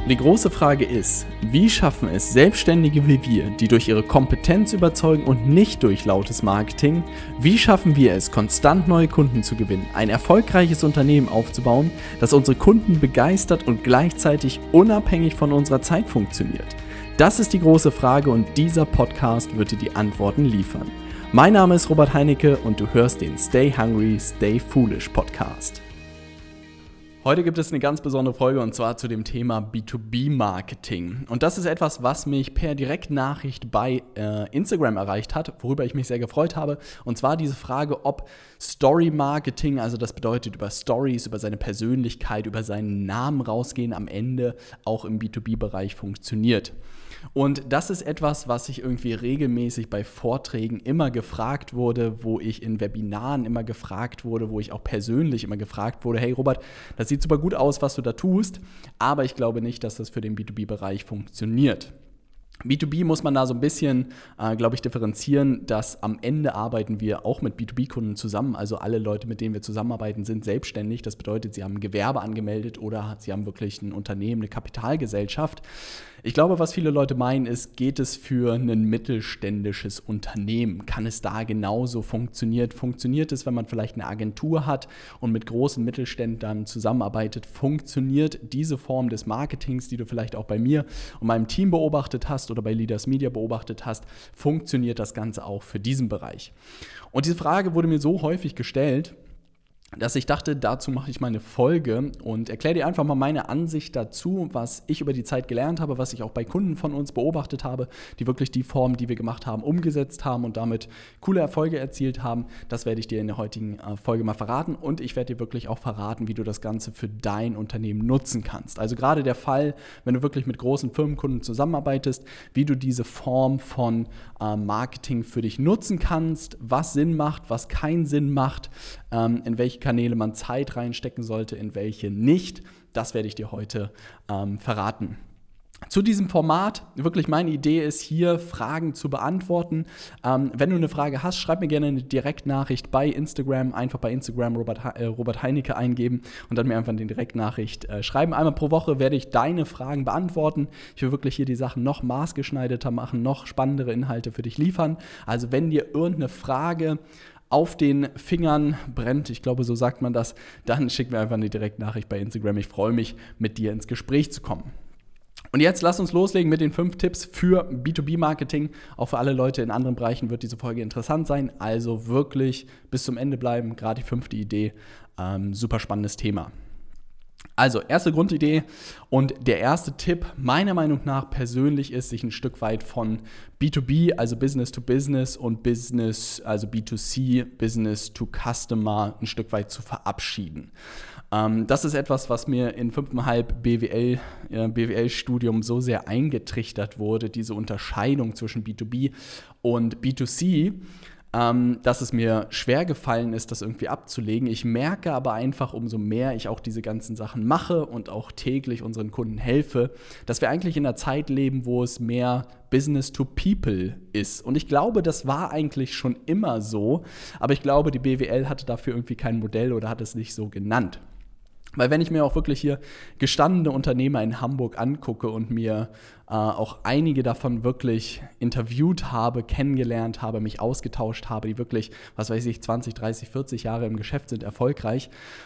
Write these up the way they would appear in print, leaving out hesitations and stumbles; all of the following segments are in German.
Die große Frage ist, wie schaffen es Selbstständige wie wir, die durch ihre Kompetenz überzeugen und nicht durch lautes Marketing? Wie schaffen wir es, konstant neue Kunden zu gewinnen, ein erfolgreiches Unternehmen aufzubauen, das unsere Kunden begeistert und gleichzeitig unabhängig von unserer Zeit funktioniert? Das ist die große Frage und dieser Podcast wird dir die Antworten liefern. Mein Name ist Robert Heinecke und du hörst den Stay Hungry, Stay Foolish Podcast. Heute gibt es eine ganz besondere Folge und zwar zu dem Thema B2B-Marketing. Und das ist etwas, was mich per Direktnachricht bei Instagram erreicht hat, worüber ich mich sehr gefreut habe. Und zwar diese Frage, ob Story-Marketing, also das bedeutet über Stories, über seine Persönlichkeit, über seinen Namen rausgehen, am Ende auch im B2B-Bereich funktioniert. Und das ist etwas, was ich irgendwie regelmäßig bei Vorträgen immer gefragt wurde, wo ich in Webinaren immer gefragt wurde, wo ich auch persönlich immer gefragt wurde, hey Robert, das sieht super gut aus, was du da tust, aber ich glaube nicht, dass das für den B2B-Bereich funktioniert. B2B muss man da so ein bisschen, glaube ich, differenzieren, dass am Ende arbeiten wir auch mit B2B-Kunden zusammen. Also alle Leute, mit denen wir zusammenarbeiten, sind selbstständig. Das bedeutet, sie haben ein Gewerbe angemeldet oder sie haben wirklich ein Unternehmen, eine Kapitalgesellschaft. Ich glaube, was viele Leute meinen, ist, geht es für ein mittelständisches Unternehmen? Kann es da genauso funktionieren? Funktioniert es, wenn man vielleicht eine Agentur hat und mit großen Mittelständlern zusammenarbeitet? Funktioniert diese Form des Marketings, die du vielleicht auch bei mir und meinem Team beobachtet hast oder bei Leaders Media beobachtet hast, funktioniert das Ganze auch für diesen Bereich? Und diese Frage wurde mir so häufig gestellt, dass ich dachte, dazu mache ich mal eine Folge und erkläre dir einfach mal meine Ansicht dazu, was ich über die Zeit gelernt habe, was ich auch bei Kunden von uns beobachtet habe, die wirklich die Form, die wir gemacht haben, umgesetzt haben und damit coole Erfolge erzielt haben. Das werde ich dir in der heutigen Folge mal verraten und ich werde dir wirklich auch verraten, wie du das Ganze für dein Unternehmen nutzen kannst. Also gerade der Fall, wenn du wirklich mit großen Firmenkunden zusammenarbeitest, wie du diese Form von Marketing für dich nutzen kannst, was Sinn macht, was keinen Sinn macht, in welche Kanäle man Zeit reinstecken sollte, in welche nicht. Das werde ich dir heute verraten. Zu diesem Format, wirklich meine Idee ist hier, Fragen zu beantworten. Wenn du eine Frage hast, schreib mir gerne eine Direktnachricht bei Instagram. Einfach bei Instagram Robert Heinecke eingeben und dann mir einfach eine Direktnachricht schreiben. Einmal pro Woche werde ich deine Fragen beantworten. Ich will wirklich hier die Sachen noch maßgeschneiderter machen, noch spannendere Inhalte für dich liefern. Also wenn dir irgendeine Frage auf den Fingern brennt, ich glaube, so sagt man das, dann schick mir einfach eine Direktnachricht bei Instagram. Ich freue mich, mit dir ins Gespräch zu kommen. Und jetzt lass uns loslegen mit den 5 Tipps für B2B-Marketing. Auch für alle Leute in anderen Bereichen wird diese Folge interessant sein. Also wirklich bis zum Ende bleiben, gerade die 5. Idee, super spannendes Thema. Also, erste Grundidee und der erste Tipp meiner Meinung nach persönlich ist, sich ein Stück weit von B2B, also Business to Business und Business, also B2C, Business to Customer ein Stück weit zu verabschieden. Das ist etwas, was mir in 5,5 BWL-Studium so sehr eingetrichtert wurde, diese Unterscheidung zwischen B2B und B2C, dass es mir schwer gefallen ist, das irgendwie abzulegen. Ich merke aber einfach, umso mehr ich auch diese ganzen Sachen mache und auch täglich unseren Kunden helfe, dass wir eigentlich in einer Zeit leben, wo es mehr Business to People ist. Und ich glaube, das war eigentlich schon immer so, aber ich glaube, die BWL hatte dafür irgendwie kein Modell oder hat es nicht so genannt. Weil wenn ich mir auch wirklich hier gestandene Unternehmer in Hamburg angucke und mir auch einige davon wirklich interviewt habe, kennengelernt habe, mich ausgetauscht habe, die wirklich, 20, 30, 40 Jahre im Geschäft sind, erfolgreich,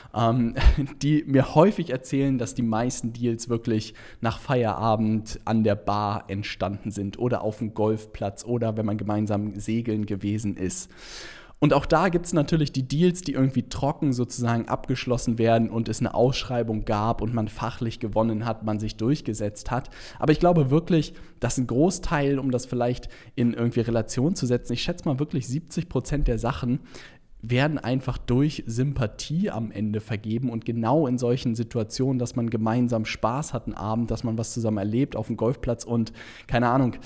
die mir häufig erzählen, dass die meisten Deals wirklich nach Feierabend an der Bar entstanden sind oder auf dem Golfplatz oder wenn man gemeinsam segeln gewesen ist. Und auch da gibt es natürlich die Deals, die irgendwie trocken sozusagen abgeschlossen werden und es eine Ausschreibung gab und man fachlich gewonnen hat, man sich durchgesetzt hat. Aber ich glaube wirklich, dass ein Großteil, um das vielleicht in irgendwie Relation zu setzen, ich schätze mal wirklich 70% der Sachen werden einfach durch Sympathie am Ende vergeben und genau in solchen Situationen, dass man gemeinsam Spaß hat einen Abend, dass man was zusammen erlebt auf dem Golfplatz und keine Ahnung,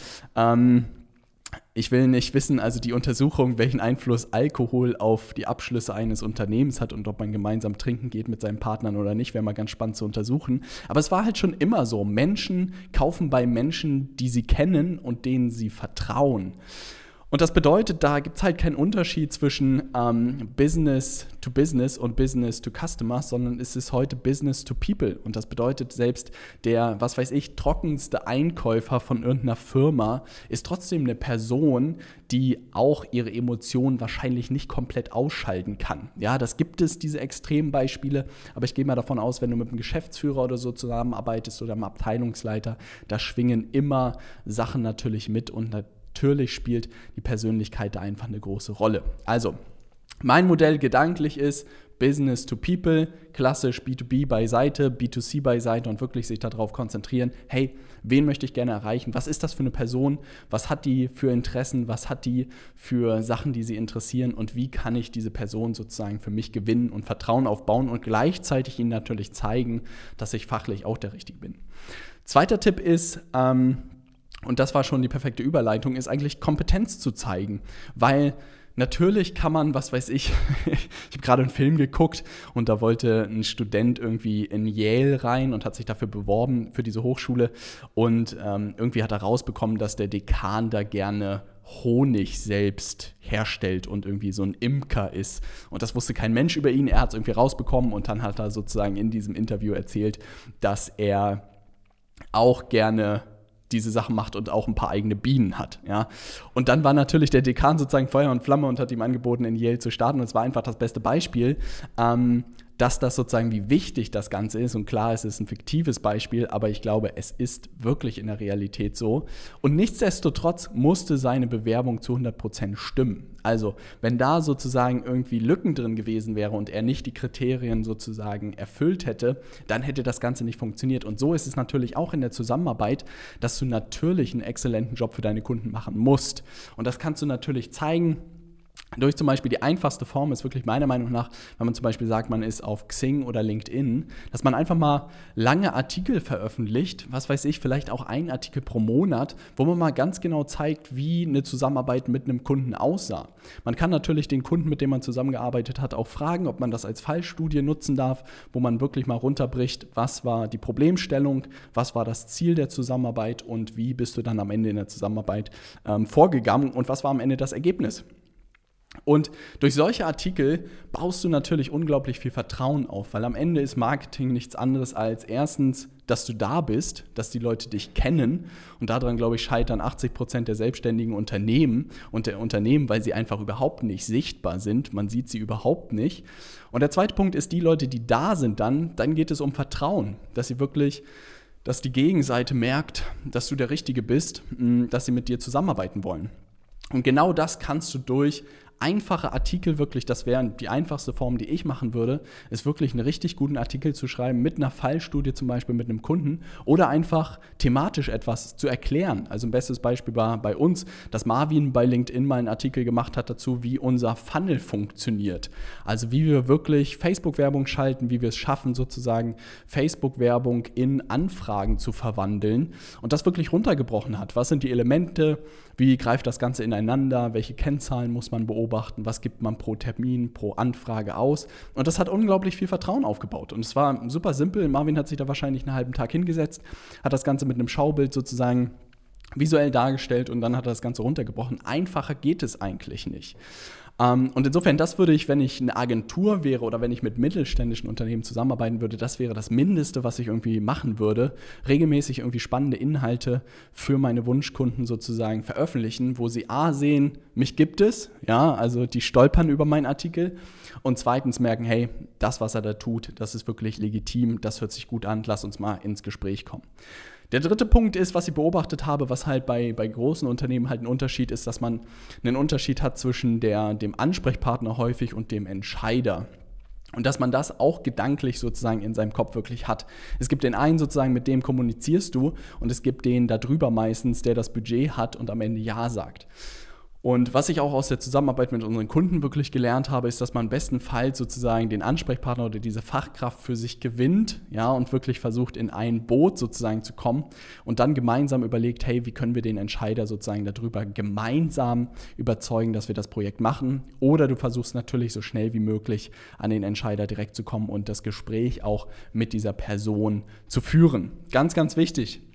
ich will nicht wissen, also die Untersuchung, welchen Einfluss Alkohol auf die Abschlüsse eines Unternehmens hat und ob man gemeinsam trinken geht mit seinen Partnern oder nicht, wäre mal ganz spannend zu untersuchen. Aber es war halt schon immer so. Menschen kaufen bei Menschen, die sie kennen und denen sie vertrauen. Und das bedeutet, da gibt es halt keinen Unterschied zwischen Business to Business und Business to Customer, sondern es ist heute Business to People. Und das bedeutet, selbst der, was weiß ich, trockenste Einkäufer von irgendeiner Firma ist trotzdem eine Person, die auch ihre Emotionen wahrscheinlich nicht komplett ausschalten kann. Ja, das gibt es, diese Extrembeispiele, aber ich gehe mal davon aus, wenn du mit einem Geschäftsführer oder so zusammenarbeitest oder einem Abteilungsleiter, da schwingen immer Sachen natürlich mit und natürlich spielt die Persönlichkeit da einfach eine große Rolle. Also, mein Modell gedanklich ist Business to People, klassisch B2B beiseite, B2C beiseite und wirklich sich darauf konzentrieren, hey, wen möchte ich gerne erreichen? Was ist das für eine Person? Was hat die für Interessen? Was hat die für Sachen, die sie interessieren? Und wie kann ich diese Person sozusagen für mich gewinnen und Vertrauen aufbauen und gleichzeitig ihnen natürlich zeigen, dass ich fachlich auch der Richtige bin? Zweiter Tipp ist, und das war schon die perfekte Überleitung, ist eigentlich Kompetenz zu zeigen, weil natürlich kann man, was weiß ich, ich habe gerade einen Film geguckt und da wollte ein Student irgendwie in Yale rein und hat sich dafür beworben für diese Hochschule und irgendwie hat er rausbekommen, dass der Dekan da gerne Honig selbst herstellt und irgendwie so ein Imker ist. Und das wusste kein Mensch über ihn, er hat es irgendwie rausbekommen und dann hat er sozusagen in diesem Interview erzählt, dass er auch gerne diese Sachen macht und auch ein paar eigene Bienen hat. Ja? Und dann war natürlich der Dekan sozusagen Feuer und Flamme und hat ihm angeboten, in Yale zu starten. Und es war einfach das beste Beispiel, dass das sozusagen, wie wichtig das Ganze ist. Und klar, es ist ein fiktives Beispiel, aber ich glaube, es ist wirklich in der Realität so. Und nichtsdestotrotz musste seine Bewerbung zu 100% stimmen. Also, wenn da sozusagen irgendwie Lücken drin gewesen wäre und er nicht die Kriterien sozusagen erfüllt hätte, dann hätte das Ganze nicht funktioniert. Und so ist es natürlich auch in der Zusammenarbeit, dass du natürlich einen exzellenten Job für deine Kunden machen musst. Und das kannst du natürlich zeigen, durch zum Beispiel die einfachste Form ist wirklich meiner Meinung nach, wenn man zum Beispiel sagt, man ist auf Xing oder LinkedIn, dass man einfach mal lange Artikel veröffentlicht, was weiß ich, vielleicht auch einen Artikel pro Monat, wo man mal ganz genau zeigt, wie eine Zusammenarbeit mit einem Kunden aussah. Man kann natürlich den Kunden, mit dem man zusammengearbeitet hat, auch fragen, ob man das als Fallstudie nutzen darf, wo man wirklich mal runterbricht, was war die Problemstellung, was war das Ziel der Zusammenarbeit und wie bist du dann am Ende in der Zusammenarbeit vorgegangen und was war am Ende das Ergebnis. Und durch solche Artikel baust du natürlich unglaublich viel Vertrauen auf, weil am Ende ist Marketing nichts anderes als erstens, dass du da bist, dass die Leute dich kennen und daran, glaube ich, scheitern 80% der selbstständigen Unternehmen und der Unternehmen, weil sie einfach überhaupt nicht sichtbar sind, man sieht sie überhaupt nicht. Und der zweite Punkt ist, die Leute, die da sind, dann geht es um Vertrauen, dass die Gegenseite merkt, dass du der Richtige bist, dass sie mit dir zusammenarbeiten wollen. Und genau das kannst du durch einfache Artikel wirklich, das wäre die einfachste Form, die ich machen würde, ist wirklich einen richtig guten Artikel zu schreiben, mit einer Fallstudie zum Beispiel mit einem Kunden oder einfach thematisch etwas zu erklären. Also ein bestes Beispiel war bei uns, dass Marvin bei LinkedIn mal einen Artikel gemacht hat dazu, wie unser Funnel funktioniert. Also wie wir wirklich Facebook-Werbung schalten, wie wir es schaffen, sozusagen Facebook-Werbung in Anfragen zu verwandeln und das wirklich runtergebrochen hat. Was sind die Elemente? Wie greift das Ganze ineinander? Welche Kennzahlen muss man beobachten? Was gibt man pro Termin, pro Anfrage aus? Und das hat unglaublich viel Vertrauen aufgebaut. Und es war super simpel. Marvin hat sich da wahrscheinlich einen halben Tag hingesetzt, hat das Ganze mit einem Schaubild sozusagen visuell dargestellt und dann hat er das Ganze runtergebrochen. Einfacher geht es eigentlich nicht. Und insofern, das würde ich, wenn ich eine Agentur wäre oder wenn ich mit mittelständischen Unternehmen zusammenarbeiten würde, das wäre das Mindeste, was ich irgendwie machen würde, regelmäßig irgendwie spannende Inhalte für meine Wunschkunden sozusagen veröffentlichen, wo sie A sehen, mich gibt es, ja, also die stolpern über meinen Artikel und zweitens merken, hey, das, was er da tut, das ist wirklich legitim, das hört sich gut an, lass uns mal ins Gespräch kommen. Der dritte Punkt ist, was ich beobachtet habe, was halt bei großen Unternehmen halt ein Unterschied ist, dass man einen Unterschied hat zwischen dem Ansprechpartner häufig und dem Entscheider. Und dass man das auch gedanklich sozusagen in seinem Kopf wirklich hat. Es gibt den einen sozusagen, mit dem kommunizierst du und es gibt den da drüber meistens, der das Budget hat und am Ende Ja sagt. Und was ich auch aus der Zusammenarbeit mit unseren Kunden wirklich gelernt habe, ist, dass man bestenfalls sozusagen den Ansprechpartner oder diese Fachkraft für sich gewinnt, ja, und wirklich versucht, in ein Boot sozusagen zu kommen und dann gemeinsam überlegt, hey, wie können wir den Entscheider sozusagen darüber gemeinsam überzeugen, dass wir das Projekt machen? Oder du versuchst natürlich so schnell wie möglich an den Entscheider direkt zu kommen und das Gespräch auch mit dieser Person zu führen. Ganz, ganz wichtig.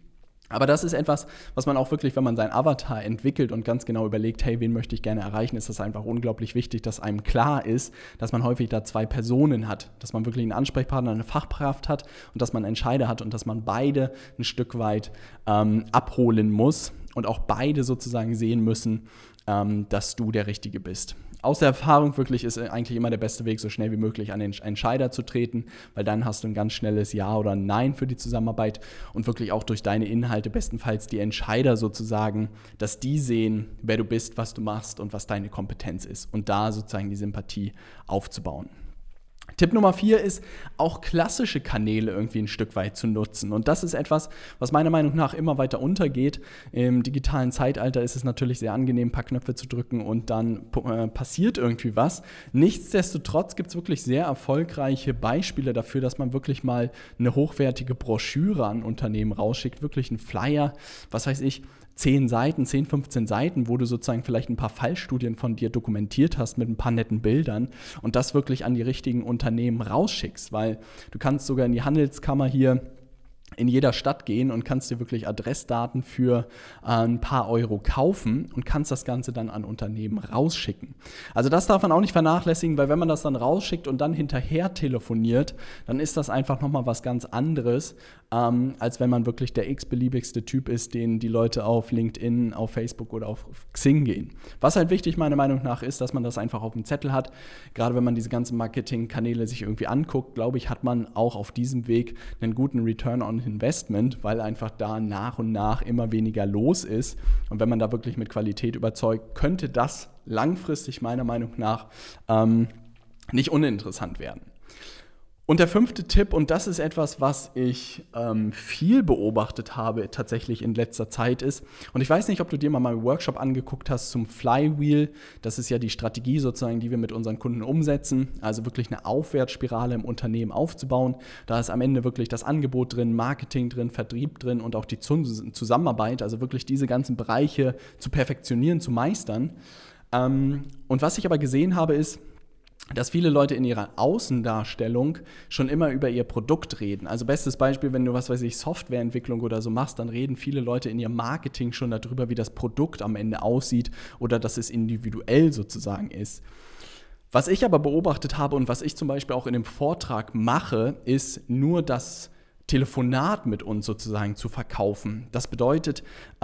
Aber das ist etwas, was man auch wirklich, wenn man seinen Avatar entwickelt und ganz genau überlegt, hey, wen möchte ich gerne erreichen, ist das einfach unglaublich wichtig, dass einem klar ist, dass man häufig da 2 Personen hat, dass man wirklich einen Ansprechpartner, eine Fachkraft hat und dass man einen Entscheider hat und dass man beide ein Stück weit abholen muss und auch beide sozusagen sehen müssen, dass du der Richtige bist. Aus der Erfahrung wirklich ist eigentlich immer der beste Weg, so schnell wie möglich an den Entscheider zu treten, weil dann hast du ein ganz schnelles Ja oder Nein für die Zusammenarbeit und wirklich auch durch deine Inhalte bestenfalls die Entscheider sozusagen, dass die sehen, wer du bist, was du machst und was deine Kompetenz ist und da sozusagen die Sympathie aufzubauen. Tipp Nummer 4 ist, auch klassische Kanäle irgendwie ein Stück weit zu nutzen. Und das ist etwas, was meiner Meinung nach immer weiter untergeht. Im digitalen Zeitalter ist es natürlich sehr angenehm, ein paar Knöpfe zu drücken und dann passiert irgendwie was. Nichtsdestotrotz gibt es wirklich sehr erfolgreiche Beispiele dafür, dass man wirklich mal eine hochwertige Broschüre an Unternehmen rausschickt, wirklich einen Flyer, was weiß ich, 10 Seiten, 10, 15 Seiten, wo du sozusagen vielleicht ein paar Fallstudien von dir dokumentiert hast mit ein paar netten Bildern und das wirklich an die richtigen Unternehmen rausschickst, weil du kannst sogar in die Handelskammer hier in jeder Stadt gehen und kannst dir wirklich Adressdaten für ein paar Euro kaufen und kannst das Ganze dann an Unternehmen rausschicken. Also das darf man auch nicht vernachlässigen, weil wenn man das dann rausschickt und dann hinterher telefoniert, dann ist das einfach nochmal was ganz anderes, als wenn man wirklich der x-beliebigste Typ ist, den die Leute auf LinkedIn, auf Facebook oder auf Xing gehen. Was halt wichtig meiner Meinung nach ist, dass man das einfach auf dem Zettel hat. Gerade wenn man diese ganzen Marketingkanäle sich irgendwie anguckt, glaube ich, hat man auch auf diesem Weg einen guten Return on Investment, weil einfach da nach und nach immer weniger los ist. Und wenn man da wirklich mit Qualität überzeugt, könnte das langfristig meiner Meinung nach nicht uninteressant werden. Und der 5. Tipp, und das ist etwas, was ich viel beobachtet habe tatsächlich in letzter Zeit ist, und ich weiß nicht, ob du dir mal meinen Workshop angeguckt hast zum Flywheel, das ist ja die Strategie sozusagen, die wir mit unseren Kunden umsetzen, also wirklich eine Aufwärtsspirale im Unternehmen aufzubauen. Da ist am Ende wirklich das Angebot drin, Marketing drin, Vertrieb drin und auch die Zusammenarbeit, also wirklich diese ganzen Bereiche zu perfektionieren, zu meistern. Und was ich aber gesehen habe, ist, dass viele Leute in ihrer Außendarstellung schon immer über ihr Produkt reden. Also bestes Beispiel, wenn du, was weiß ich, Softwareentwicklung oder so machst, dann reden viele Leute in ihrem Marketing schon darüber, wie das Produkt am Ende aussieht oder dass es individuell sozusagen ist. Was ich aber beobachtet habe und was ich zum Beispiel auch in dem Vortrag mache, ist nur das Telefonat mit uns sozusagen zu verkaufen. Das bedeutet,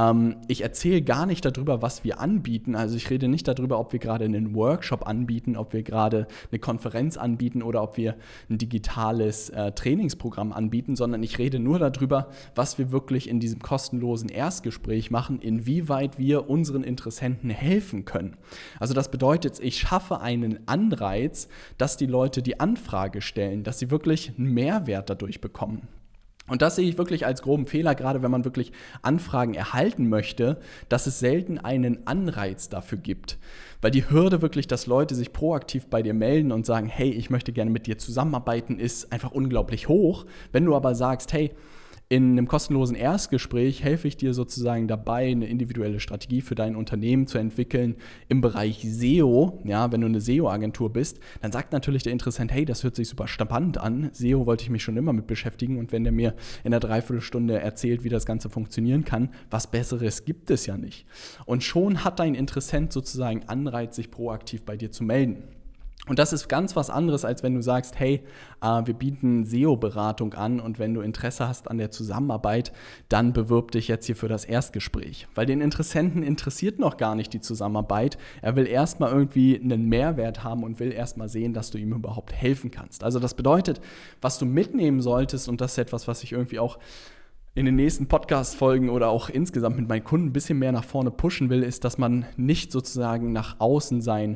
ich erzähle gar nicht darüber, was wir anbieten. Also ich rede nicht darüber, ob wir gerade einen Workshop anbieten, ob wir gerade eine Konferenz anbieten oder ob wir ein digitales Trainingsprogramm anbieten, sondern ich rede nur darüber, was wir wirklich in diesem kostenlosen Erstgespräch machen, inwieweit wir unseren Interessenten helfen können. Also das bedeutet, ich schaffe einen Anreiz, dass die Leute die Anfrage stellen, dass sie wirklich einen Mehrwert dadurch bekommen. Und das sehe ich wirklich als groben Fehler, gerade wenn man wirklich Anfragen erhalten möchte, dass es selten einen Anreiz dafür gibt. Weil die Hürde wirklich, dass Leute sich proaktiv bei dir melden und sagen, hey, ich möchte gerne mit dir zusammenarbeiten, ist einfach unglaublich hoch. Wenn du aber sagst, hey, in einem kostenlosen Erstgespräch helfe ich dir sozusagen dabei, eine individuelle Strategie für dein Unternehmen zu entwickeln im Bereich SEO. Ja, wenn du eine SEO-Agentur bist, dann sagt natürlich der Interessent, hey, das hört sich super spannend an. SEO wollte ich mich schon immer mit beschäftigen. Und wenn der mir in einer Dreiviertelstunde erzählt, wie das Ganze funktionieren kann, was Besseres gibt es ja nicht. Und schon hat dein Interessent sozusagen Anreiz, sich proaktiv bei dir zu melden. Und das ist ganz was anderes, als wenn du sagst, hey, wir bieten SEO-Beratung an und wenn du Interesse hast an der Zusammenarbeit, dann bewirb dich jetzt hier für das Erstgespräch. Weil den Interessenten interessiert noch gar nicht die Zusammenarbeit. Er will erstmal irgendwie einen Mehrwert haben und will erstmal sehen, dass du ihm überhaupt helfen kannst. Also das bedeutet, was du mitnehmen solltest, und das ist etwas, was ich irgendwie auch in den nächsten Podcast-Folgen oder auch insgesamt mit meinen Kunden ein bisschen mehr nach vorne pushen will, ist, dass man nicht sozusagen nach außen sein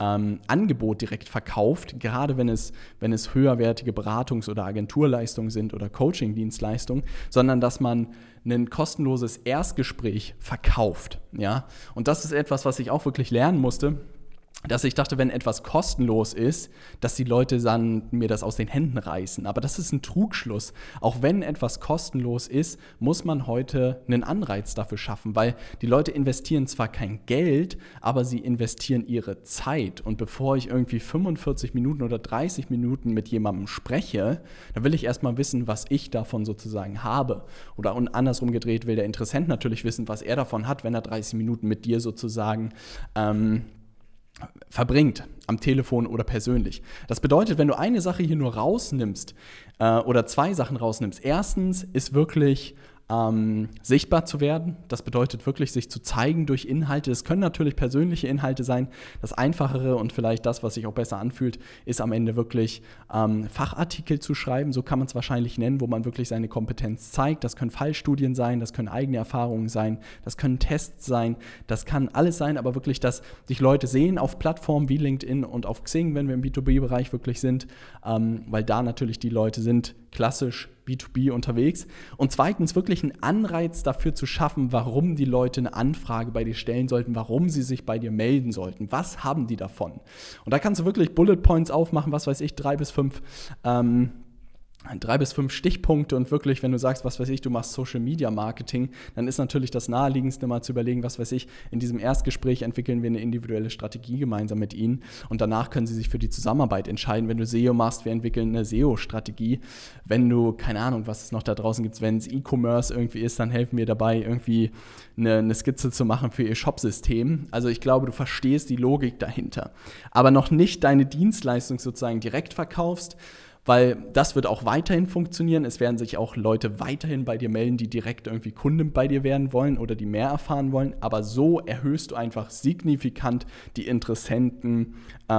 Angebot direkt verkauft, gerade wenn es höherwertige Beratungs- oder Agenturleistungen sind oder Coaching-Dienstleistungen, sondern dass man ein kostenloses Erstgespräch verkauft. Ja? Und das ist etwas, was ich auch wirklich lernen musste. dass ich dachte, wenn etwas kostenlos ist, dass die Leute dann mir das aus den Händen reißen. Aber das ist ein Trugschluss. Auch wenn etwas kostenlos ist, muss man heute einen Anreiz dafür schaffen, weil die Leute investieren zwar kein Geld, aber sie investieren ihre Zeit. Und bevor ich irgendwie 45 Minuten oder 30 Minuten mit jemandem spreche, dann will ich erstmal wissen, was ich davon sozusagen habe. Oder andersrum gedreht will der Interessent natürlich wissen, was er davon hat, wenn er 30 Minuten mit dir sozusagen verbringt, am Telefon oder persönlich. Das bedeutet, wenn du eine Sache hier nur rausnimmst oder zwei Sachen rausnimmst, erstens ist wirklich sichtbar zu werden. Das bedeutet wirklich, sich zu zeigen durch Inhalte. Das können natürlich persönliche Inhalte sein. Das Einfachere und vielleicht das, was sich auch besser anfühlt, ist am Ende wirklich Fachartikel zu schreiben. So kann man es wahrscheinlich nennen, wo man wirklich seine Kompetenz zeigt. Das können Fallstudien sein, das können eigene Erfahrungen sein, das können Tests sein, das kann alles sein, aber wirklich, dass sich Leute sehen auf Plattformen wie LinkedIn und auf Xing, wenn wir im B2B-Bereich wirklich sind, weil da natürlich die Leute sind, klassisch B2B unterwegs. Und zweitens wirklich einen Anreiz dafür zu schaffen, warum die Leute eine Anfrage bei dir stellen sollten, warum sie sich bei dir melden sollten. Was haben die davon? Und da kannst du wirklich Bullet Points aufmachen, was weiß ich, 3 bis 5 Stichpunkte und wirklich, wenn du sagst, was weiß ich, du machst Social Media Marketing, dann ist natürlich das Naheliegendste mal zu überlegen, was weiß ich, in diesem Erstgespräch entwickeln wir eine individuelle Strategie gemeinsam mit ihnen und danach können sie sich für die Zusammenarbeit entscheiden. Wenn du SEO machst, wir entwickeln eine SEO-Strategie. Wenn du, keine Ahnung, was es noch da draußen gibt, wenn es E-Commerce irgendwie ist, dann helfen wir dabei, irgendwie eine Skizze zu machen für ihr Shopsystem. Also ich glaube, du verstehst die Logik dahinter, aber noch nicht deine Dienstleistung sozusagen direkt verkaufst, weil das wird auch weiterhin funktionieren. Es werden sich auch Leute weiterhin bei dir melden, die direkt irgendwie Kunden bei dir werden wollen oder die mehr erfahren wollen. Aber so erhöhst du einfach signifikant die Interessenten,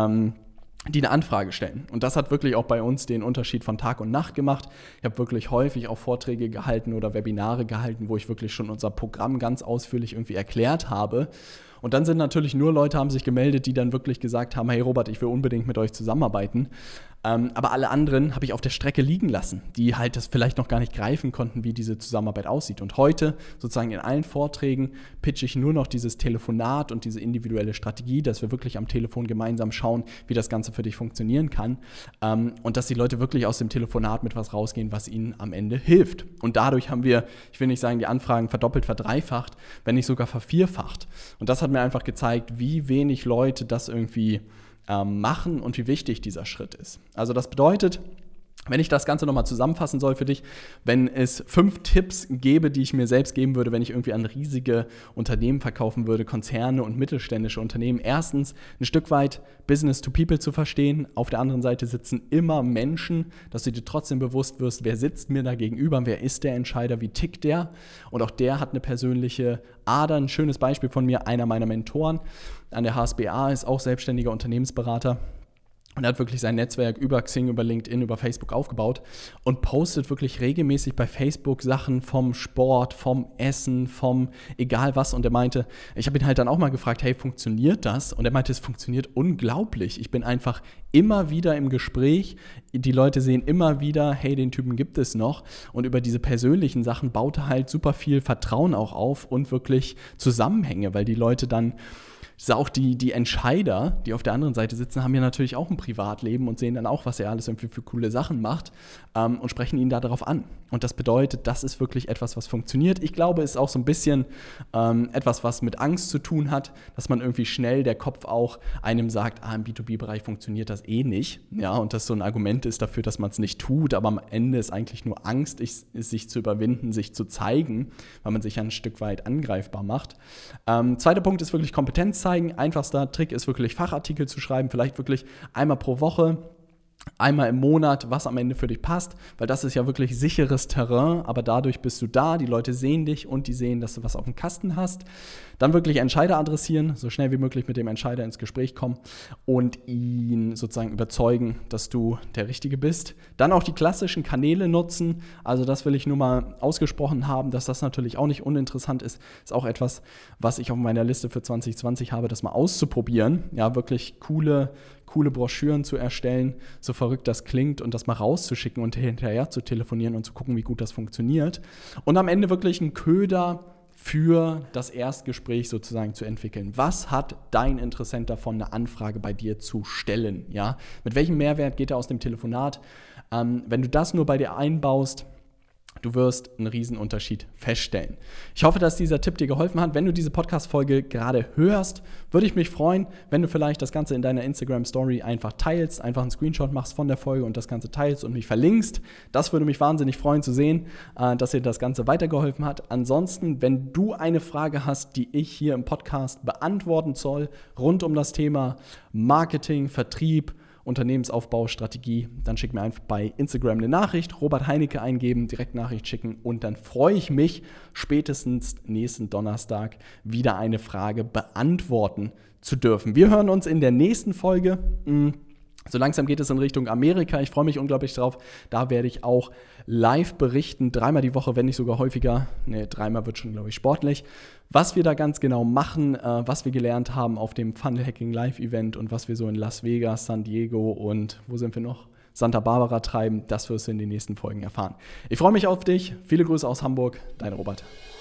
die eine Anfrage stellen. Und das hat wirklich auch bei uns den Unterschied von Tag und Nacht gemacht. Ich habe wirklich häufig auch Vorträge gehalten oder Webinare gehalten, wo ich wirklich schon unser Programm ganz ausführlich irgendwie erklärt habe. Und dann sind natürlich nur Leute, haben sich gemeldet, die dann wirklich gesagt haben, hey Robert, ich will unbedingt mit euch zusammenarbeiten. Aber alle anderen habe ich auf der Strecke liegen lassen, die halt das vielleicht noch gar nicht greifen konnten, wie diese Zusammenarbeit aussieht. Und heute, sozusagen in allen Vorträgen, pitche ich nur noch dieses Telefonat und diese individuelle Strategie, dass wir wirklich am Telefon gemeinsam schauen, wie das Ganze für dich funktionieren kann. Und dass die Leute wirklich aus dem Telefonat mit was rausgehen, was ihnen am Ende hilft. Und dadurch haben wir, ich will nicht sagen, die Anfragen verdoppelt, verdreifacht, wenn nicht sogar vervierfacht. Und das hat mir einfach gezeigt, wie wenig Leute das irgendwie machen und wie wichtig dieser Schritt ist. Also das bedeutet, wenn ich das Ganze nochmal zusammenfassen soll für dich, wenn es 5 Tipps gäbe, die ich mir selbst geben würde, wenn ich irgendwie an riesige Unternehmen verkaufen würde, Konzerne und mittelständische Unternehmen. Erstens, ein Stück weit Business to People zu verstehen. Auf der anderen Seite sitzen immer Menschen, dass du dir trotzdem bewusst wirst, wer sitzt mir da gegenüber, wer ist der Entscheider, wie tickt der? Und auch der hat eine persönliche Ader. Ein schönes Beispiel von mir, einer meiner Mentoren an der HSBA ist auch selbstständiger Unternehmensberater. Und er hat wirklich sein Netzwerk über Xing, über LinkedIn, über Facebook aufgebaut und postet wirklich regelmäßig bei Facebook Sachen vom Sport, vom Essen, vom egal was. Und er meinte, ich habe ihn halt dann auch mal gefragt, hey, funktioniert das? Und er meinte, es funktioniert unglaublich. Ich bin einfach immer wieder im Gespräch. Die Leute sehen immer wieder, hey, den Typen gibt es noch. Und über diese persönlichen Sachen baut er halt super viel Vertrauen auch auf und wirklich Zusammenhänge, weil die Leute dann auch die Entscheider, die auf der anderen Seite sitzen, haben ja natürlich auch ein Privatleben und sehen dann auch, was er alles irgendwie für coole Sachen macht und sprechen ihn da darauf an. Und das bedeutet, das ist wirklich etwas, was funktioniert. Ich glaube, es ist auch so ein bisschen etwas, was mit Angst zu tun hat, dass man irgendwie schnell der Kopf auch einem sagt, im B2B-Bereich funktioniert das eh nicht. Ja, und das so ein Argument ist dafür, dass man es nicht tut, aber am Ende ist eigentlich nur Angst, sich zu überwinden, sich zu zeigen, weil man sich ja ein Stück weit angreifbar macht. Zweiter Punkt ist wirklich Kompetenz zeigen. Einfachster Trick ist wirklich Fachartikel zu schreiben, vielleicht wirklich einmal pro Woche, einmal im Monat, was am Ende für dich passt, weil das ist ja wirklich sicheres Terrain, aber dadurch bist du da, die Leute sehen dich und die sehen, dass du was auf dem Kasten hast. Dann wirklich Entscheider adressieren, so schnell wie möglich mit dem Entscheider ins Gespräch kommen und ihn sozusagen überzeugen, dass du der Richtige bist. Dann auch die klassischen Kanäle nutzen, also das will ich nur mal ausgesprochen haben, dass das natürlich auch nicht uninteressant ist. Ist auch etwas, was ich auf meiner Liste für 2020 habe, das mal auszuprobieren. Ja, wirklich coole Broschüren zu erstellen, so verrückt das klingt und das mal rauszuschicken und hinterher zu telefonieren und zu gucken, wie gut das funktioniert. Und am Ende wirklich einen Köder für das Erstgespräch sozusagen zu entwickeln. Was hat dein Interessent davon, eine Anfrage bei dir zu stellen? Ja? Mit welchem Mehrwert geht er aus dem Telefonat? Wenn du das nur bei dir einbaust, du wirst einen Riesenunterschied feststellen. Ich hoffe, dass dieser Tipp dir geholfen hat. Wenn du diese Podcast-Folge gerade hörst, würde ich mich freuen, wenn du vielleicht das Ganze in deiner Instagram-Story einfach teilst, einfach einen Screenshot machst von der Folge und das Ganze teilst und mich verlinkst. Das würde mich wahnsinnig freuen zu sehen, dass dir das Ganze weitergeholfen hat. Ansonsten, wenn du eine Frage hast, die ich hier im Podcast beantworten soll, rund um das Thema Marketing, Vertrieb, Unternehmensaufbau, Strategie, dann schick mir einfach bei Instagram eine Nachricht, Robert Heinecke eingeben, direkt Nachricht schicken und dann freue ich mich, spätestens nächsten Donnerstag wieder eine Frage beantworten zu dürfen. Wir hören uns in der nächsten Folge. So langsam geht es in Richtung Amerika. Ich freue mich unglaublich drauf. Da werde ich auch live berichten, 3-mal die Woche, wenn nicht sogar häufiger. 3-mal wird schon, glaube ich, sportlich. Was wir da ganz genau machen, was wir gelernt haben auf dem Funnel Hacking Live-Event und was wir so in Las Vegas, San Diego und wo sind wir noch? Santa Barbara treiben, das wirst du in den nächsten Folgen erfahren. Ich freue mich auf dich. Viele Grüße aus Hamburg. Dein Robert.